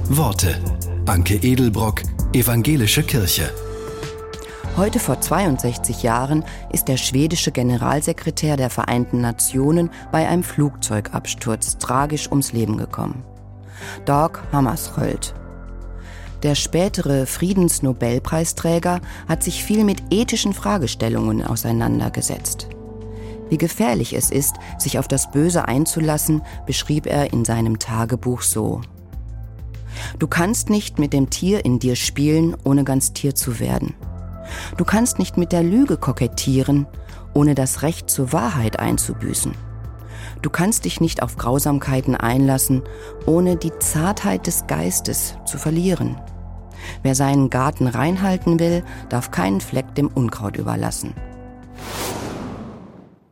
Worte. Anke Edelbrock, Evangelische Kirche. Heute vor 62 Jahren ist der schwedische Generalsekretär der Vereinten Nationen bei einem Flugzeugabsturz tragisch ums Leben gekommen. Dag Hammarskjöld. Der spätere Friedensnobelpreisträger hat sich viel mit ethischen Fragestellungen auseinandergesetzt. Wie gefährlich es ist, sich auf das Böse einzulassen, beschrieb er in seinem Tagebuch so: Du kannst nicht mit dem Tier in dir spielen, ohne ganz Tier zu werden. Du kannst nicht mit der Lüge kokettieren, ohne das Recht zur Wahrheit einzubüßen. Du kannst dich nicht auf Grausamkeiten einlassen, ohne die Zartheit des Geistes zu verlieren. Wer seinen Garten rein halten will, darf keinen Fleck dem Unkraut überlassen.